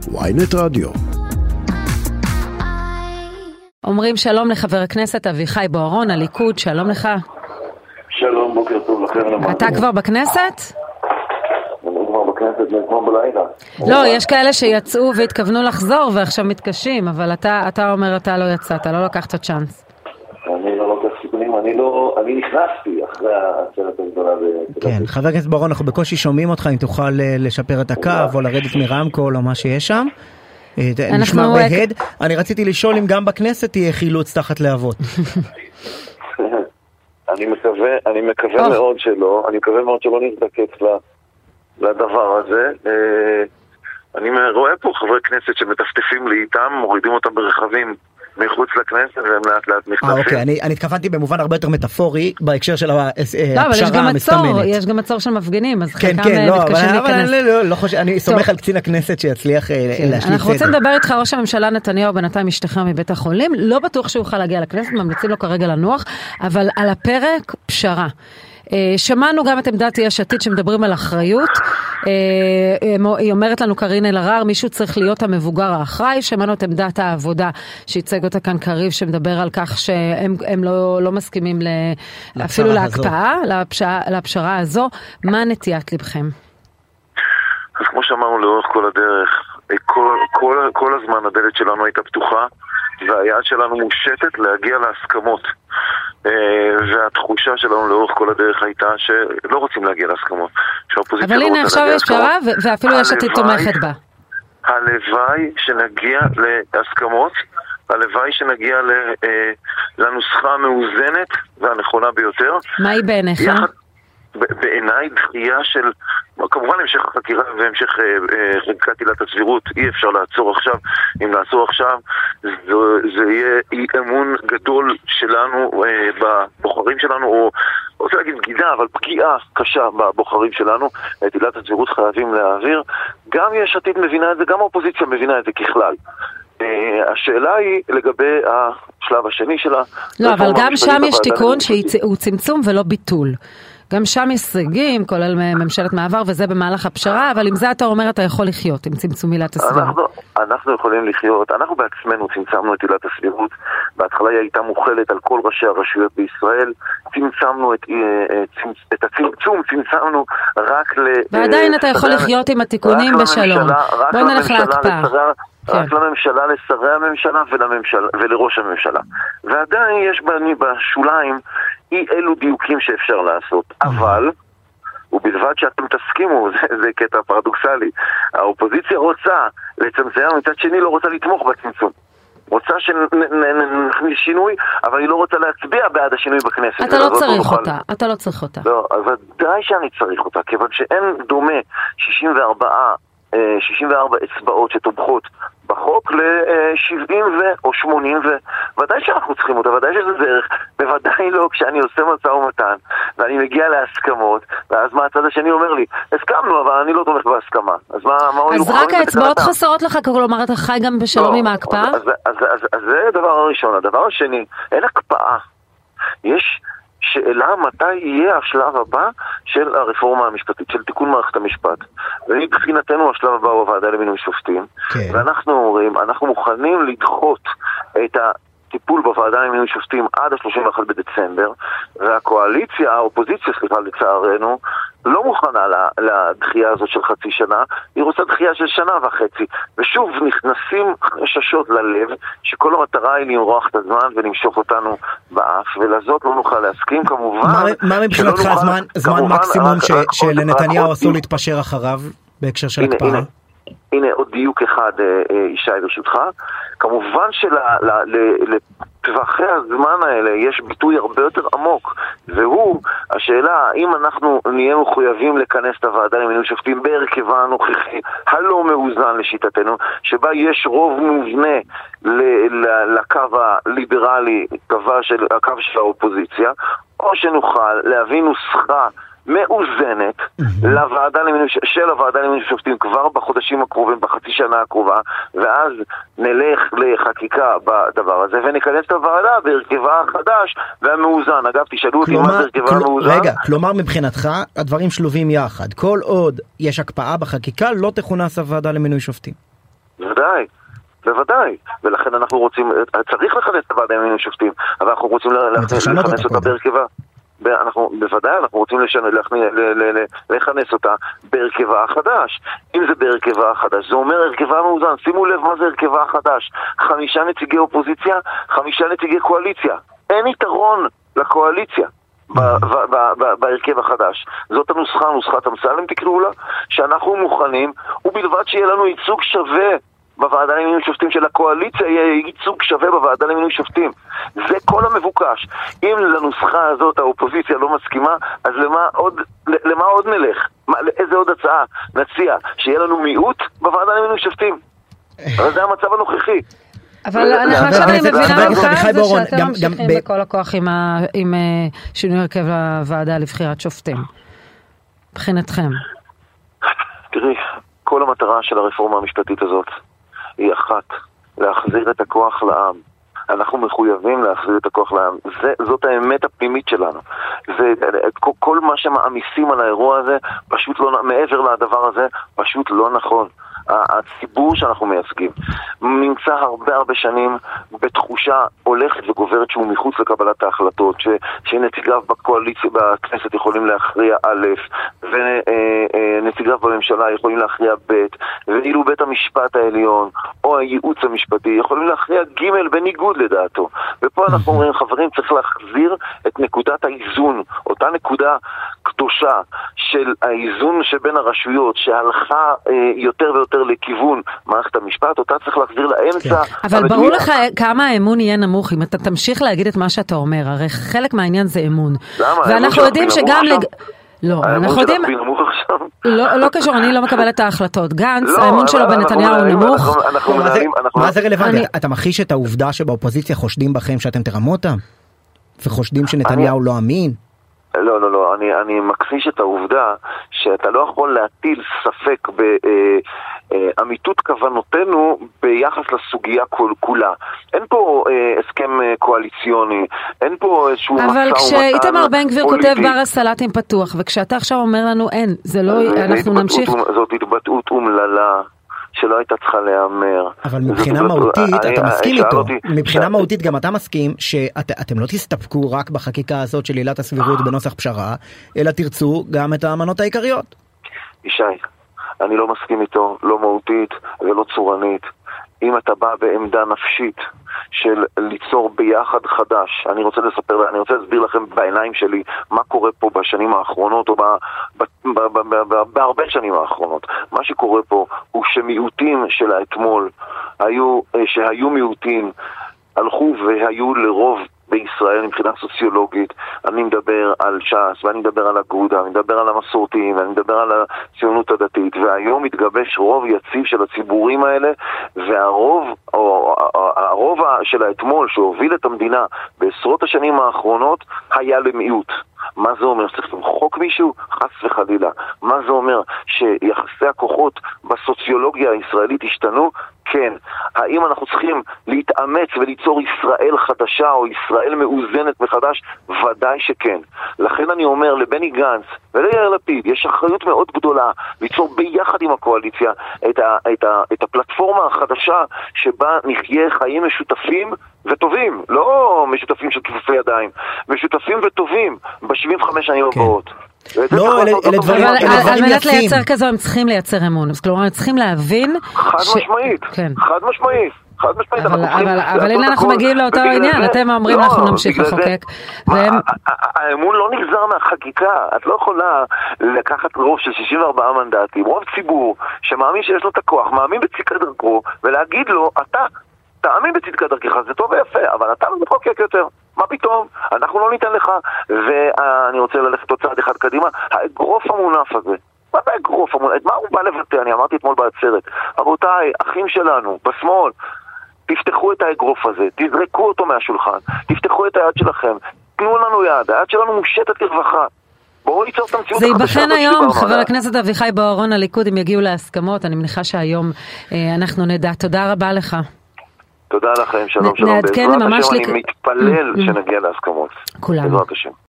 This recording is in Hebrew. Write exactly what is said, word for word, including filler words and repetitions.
וויינט רדיו. אומרים שלום לחבר הכנסת אביחי בוארון, הליכוד, שלום לך. שלום, בוקר טוב לכם. אתה כבר בכנסת? אני כבר בכנסת מאתמול בלילה. לא, יש כאלה שיצאו והתכוונו לחזור ועכשיו מתקשים, אבל אתה, אתה אומר אתה לא יצאת, לא לקחת צ'אנס. אני לא לוקח סיכונים, אני לא, אני נכנסתי אחרי העצרת הגדולה. כן, חבר הכנסת בוארון, אנחנו בקושי שומעים אותך, אם תוכל לשפר את הקו או לרדת מרמקול או מה שיש שם. נשמע בהד. אני רציתי לשאול אם גם בכנסת תהיה חילוץ תחת להבות. אני מקווה, אני מקווה מאוד שלא, אני מקווה מאוד שלא נזדקק לדבר הזה. אני רואה פה חברי כנסת שמטפטפים לי איתם, מורידים אותם ברכבים מחוץ לכנסת והם לאט לאט נכנסים. אה, אוקיי, אני, אני התכוונתי במובן הרבה יותר מטאפורי בהקשר של הפשרה המסתמנת. לא, אבל יש גם מצור, יש גם מצור של מפגינים, אז כן, חלקם כן, לא, מתקשים אבל, להיכנס. אבל לא, לא, לא חושב, אני סומך על קצין הכנסת שיצליח כן. להשליט סדר. אנחנו רוצים לדבר איתך, ראש הממשלה נתניהו בינתיים משתחרר מבית החולים, לא בטוח שהוא יוכל להגיע לכנסת, ממליצים לו כרגע לנוח, אבל על הפרק פשרה. שמענו גם את עמדת יש עתיד שמדברים על אחריות, היא אומרת לנו קרין אלהרר, מישהו צריך להיות המבוגר האחראי. שמענו את עמדת העבודה שהציג אותה כאן קריב, שמדבר על כך שהם לא, לא מסכימים אפילו להקפאה, לפשרה, לפשרה הזו. מה נטיית לבכם? אז כמו שאמרנו לאורך כל הדרך, כל, כל, כל הזמן הדלת שלנו הייתה פתוחה והיעד שלנו מושטת להגיע להסכמות. והתחושה שלנו לאורך כל הדרך הייתה שלא רוצים להגיע להסכמות. אבל הנה עכשיו יש פשרה ואפילו יש עתיד תומכת בה. הלוואי שנגיע להסכמות, הלוואי שנגיע לנוסחה המאוזנת והנכונה ביותר. מה היא בעיניך? בעיניי דחייה של, כמובן המשך החקירה והמשך חקיקת עילת הסבירות אי אפשר לעצור עכשיו. אם לעצור עכשיו זה, זה יהיה אי אמון גדול שלנו בבוחרים שלנו, או רוצה להגיד בגידה, אבל פגיעה קשה בבוחרים שלנו. את עילת הסבירות חייבים להעביר. גם יש עתיד מבינה את זה, גם האופוזיציה מבינה את זה ככלל. השאלה היא לגבי השלב השני שלה. לא, אבל גם שם יש תיקון שהוא צמצום ולא ביטול. גם שם יש סגים, כולל ממשלת מעבר, וזה במהלך הפשרה, אבל עם זה אתה אומר, אתה יכול לחיות, עם צמצום עילת הסבירות. אנחנו, אנחנו יכולים לחיות, אנחנו בעצמנו צמצמנו את עילת הסבירות, בהתחלה היא הייתה מוכלת על כל ראשי הרשויות בישראל, צמצמנו את, את הצמצום, צמצמנו רק ל... ועדיין אתה יכול לחיות עם התיקונים בשלום. בוא נלך להקפאה. רק לממשלה, לשרי הממשלה ולממשלה, ולראש הממשלה. ועדיין יש בשוליים אי אלו דיוקים שאפשר לעשות. אבל, ובלבד שאתם תסכימו, זה, זה קטע פרדוקסלי, האופוזיציה רוצה לצמצם, מצד שני לא רוצה לתמוך בצמצום. רוצה שנכניס שינוי, אבל היא לא רוצה להצביע בעד השינוי בכנסת. אתה לא צריך אותה, אתה לא צריך אותה. לא, אבל די שאני צריך אותה, כיוון שאין דומה שישים וארבע אצבעות שתומכות בחוק ל-שבעים או שמונים, וודאי שאנחנו צריכים אותה, ודאי שזה דרך, בוודאי לא כשאני עושה משא ומתן ואני מגיע להסכמות, ואז מה הצד השני אומר לי, הסכמנו אבל אני לא תומך בהסכמה, אז מה הוא אז רק האצבעות חסרות לך, כלומר אתה חי גם בשלום עם ההקפאה? אז זה הדבר הראשון. הדבר השני, אין הקפאה, יש שאלה מתי יהיה השלב הבא של הרפורמה המשפטית, של תיקון מערכת המשפט. ובבחינתנו השלב הבא הוא הוועדה למינוי שופטים, כן. ואנחנו אומרים, אנחנו מוכנים לדחות את הטיפול בוועדה למינוי שופטים עד ה-שלושים ואחד בדצמבר, והקואליציה, האופוזיציה, סליחה לצערנו, לא מוכנה לדחייה הזאת של חצי שנה, היא רוצה דחייה של שנה וחצי. ושוב נכנסים חששות ללב שכל המטרה היא למרוח את הזמן ולמשוך אותנו באף, ולזאת לא נוכל להסכים כמובן. מה מבחינתך זמן מקסימום שלנתניהו אסור להתפשר אחריו בהקשר של הקפאה? הנה עוד דיוק אחד, ישי ברשותך. כמובן שלטווחי הזמן האלה יש ביטוי הרבה יותר עמוק, והוא השאלה האם אנחנו נהיה מחויבים לכנס את הוועדה למינוי שופטים בהרכבה הנוכחי הלא מאוזן לשיטתנו, שבה יש רוב מובנה לקו הליברלי, הקו של האופוזיציה, או שנוכל להביא נוסחה מאוזנת לוועדה למינוי של הוועדה למינוי שופטים כבר בחודשים הקרובים, בחצי שנה הקרובה, ואז נלך לחקיקה בדבר הזה ונכנס את הוועדה בהרכבה החדש והמאוזן. אגב, תשאלו אותי מה זה הרכבה המאוזן. רגע, כלומר מבחינתך הדברים שלובים יחד. כל עוד יש הקפאה בחקיקה לא תכונס הוועדה למינוי שופטים. בוודאי, בוודאי. ולכן אנחנו רוצים, צריך לכנס את הוועדה למינוי שופטים, אבל אנחנו רוצים לכנס אותה בהרכבה. אנחנו, בוודאי, אנחנו רוצים לשנות, לכנס אותה בהרכבה החדש. אם זה בהרכבה החדש, זה אומר הרכבה מאוזן. שימו לב מה זה הרכבה החדש. חמישה נציגי אופוזיציה, חמישה נציגי קואליציה. אין יתרון לקואליציה בהרכב החדש. זאת הנוסחה, נוסחת אמסלם תקראו לה, שאנחנו מוכנים, ובלבד שיהיה לנו ייצוג שווה בוועדה למינוי שופטים של הקואליציה, יהיה ייצוג שווה בוועדה למינוי שופטים. זה כל המבוקש. אם לנוסחה הזאת האופוזיציה לא מסכימה, אז למה עוד, למה עוד נלך? איזה עוד הצעה נציע? שיהיה לנו מיעוט בוועדה למינוי שופטים. אבל זה המצב הנוכחי. אבל עכשיו אני מבינה ממך זה שאתם ממשיכים בכל הכוח עם שינוי הרכב הוועדה לבחירת שופטים. מבחינתכם. תראי, כל המטרה של הרפורמה המשפטית הזאת היא אחת, להחזיר את הכוח לעם. אנחנו מחויבים להחזיר את הכוח לעם. זה, זאת האמת הפנימית שלנו. זה, כל מה שמעמיסים על האירוע הזה, פשוט לא, מעבר לדבר הזה, פשוט לא נכון. הציבור שאנחנו מייצגים נמצא הרבה הרבה שנים בתחושה הולכת וגוברת שהוא מחוץ לקבלת ההחלטות, ש, שנציגיו בקואליציה, בכנסת יכולים להכריע א', ונציגיו בממשלה יכולים להכריע ב', ואילו בית המשפט העליון או הייעוץ המשפטי יכולים להכריע ג' בניגוד לדעתו. ופה אנחנו אומרים, חברים, צריך להחזיר את נקודת האיזון, אותה נקודה קדושה של האיזון שבין הרשויות שהלכה אה, יותר ויותר לכיוון מערכת המשפט, אותה צריך להחזיר לאמצע. כן. אבל ברור לך כמה האמון יהיה נמוך אם אתה תמשיך להגיד את מה שאתה אומר, הרי חלק מהעניין זה אמון. למה? ואנחנו יודעים שגם לג... לא, אנחנו יודעים... האמון שלך נמוך עכשיו? לא, לא קשור, אני לא מקבל את ההחלטות. גנץ, האמון שלו בנתניהו הוא נמוך. מה זה רלוונטי? אתה מכחיש את העובדה שבאופוזיציה חושדים בכם שאתם תרמו אותם? וחושדים שנתניהו לא אמין? לא, לא, לא, אני, אני מכחיש את העובדה שאתה לא יכול להטיל ספק באמיתות כוונותינו ביחס לסוגיה כל, כולה. אין פה אה, הסכם אה, קואליציוני, אין פה איזשהו מסע ומתן פוליטי. אבל כשאיתמר בן גביר כותב בר הסלטים פתוח, וכשאתה עכשיו אומר לנו אין, זה לא, אנחנו נמשיך. זאת התבטאות אומללה. שלא הייתה צריכה להיאמר. אבל מבחינה מהותית, אתה מסכים איתו. מבחינה מהותית גם אתה מסכים שאתם לא תסתפקו רק בחקיקה הזאת של עילת הסבירות בנוסח פשרה, אלא תרצו גם את האמנות העיקריות. ישי, אני לא מסכים איתו, לא מהותית ולא צורנית. אם אתה בא בעמדה נפשית של ליצור ביחד חדש, אני רוצה לספר, אני רוצה להסביר לכם בעיניים שלי מה קורה פה בשנים האחרונות או ב, ב, ב, ב, ב, ב, בהרבה שנים האחרונות. מה שקורה פה הוא שמיעוטים של האתמול היו, שהיו מיעוטים הלכו והיו לרוב בישראל מבחינה סוציולוגית. אני מדבר על ש"ס ואני מדבר על אגודה, אני מדבר על המסורתיים ואני מדבר על הציונות הדתית, והיום מתגבש רוב יציב של הציבורים האלה, והרוב או הרוב של האתמול שהוביל את המדינה בעשרות השנים האחרונות היה למיעוט. מה זה אומר? שצריך למחוק מישהו? חס וחלילה. מה זה אומר? שיחסי הכוחות בסוציולוגיה הישראלית השתנו? כן. האם אנחנו צריכים להתאמץ וליצור ישראל חדשה או ישראל מאוזנת מחדש? ודאי שכן. לכן אני אומר לבני גנץ וליאיר לפיד, יש אחריות מאוד גדולה ליצור ביחד עם הקואליציה את, ה, את, ה, את הפלטפורמה החדשה שבה נחיה חיים משותפים וטובים, לא משותפים של כיפופי ידיים, משותפים וטובים ב-שבעים וחמש שנים הבאות. לא, אלה דברים יפים. על מנת לייצר כזו הם צריכים לייצר אמון, כלומר הם צריכים להבין חד משמעית, חד משמעית. אבל הנה אנחנו מגיעים לאותו עניין, אתם אומרים אנחנו נמשיך לחוקק. האמון לא נגזר מהחקיקה, את לא יכולה לקחת רוב של שישים וארבעה מנדטים, רוב ציבור שמאמין שיש לו את הכוח, מאמין בצדקת דרכו, ולהגיד לו, אתה תאמין בצדקת דרכך, זה טוב ויפה, אבל אתה לא מחוקק יותר. מה פתאום? אנחנו לא ניתן לך. ואני רוצה ללכת עוד צעד אחד קדימה, האגרוף המונף הזה, מה באגרוף המונף? מה הוא בא לבטא? אני אמרתי אתמול בעצרת, רבותיי, אחים שלנו, בשמאל, תפתחו את האגרוף הזה, תזרקו אותו מהשולחן, תפתחו את היד שלכם, תנו לנו יד, היד שלנו מושטת לרווחה. בואו ניצור את המציאות החדשה. זה ייבחן היום, חבר הכנסת אביחי בוארון, הליכוד, אם יגיעו להסכמות, אני מניחה שהיום אנחנו נדע. תודה רבה לך. תודה לכם, שלום שלום. בעזרת השם אני מתפלל שנגיע להסכמות. כולנו. בעזרת השם.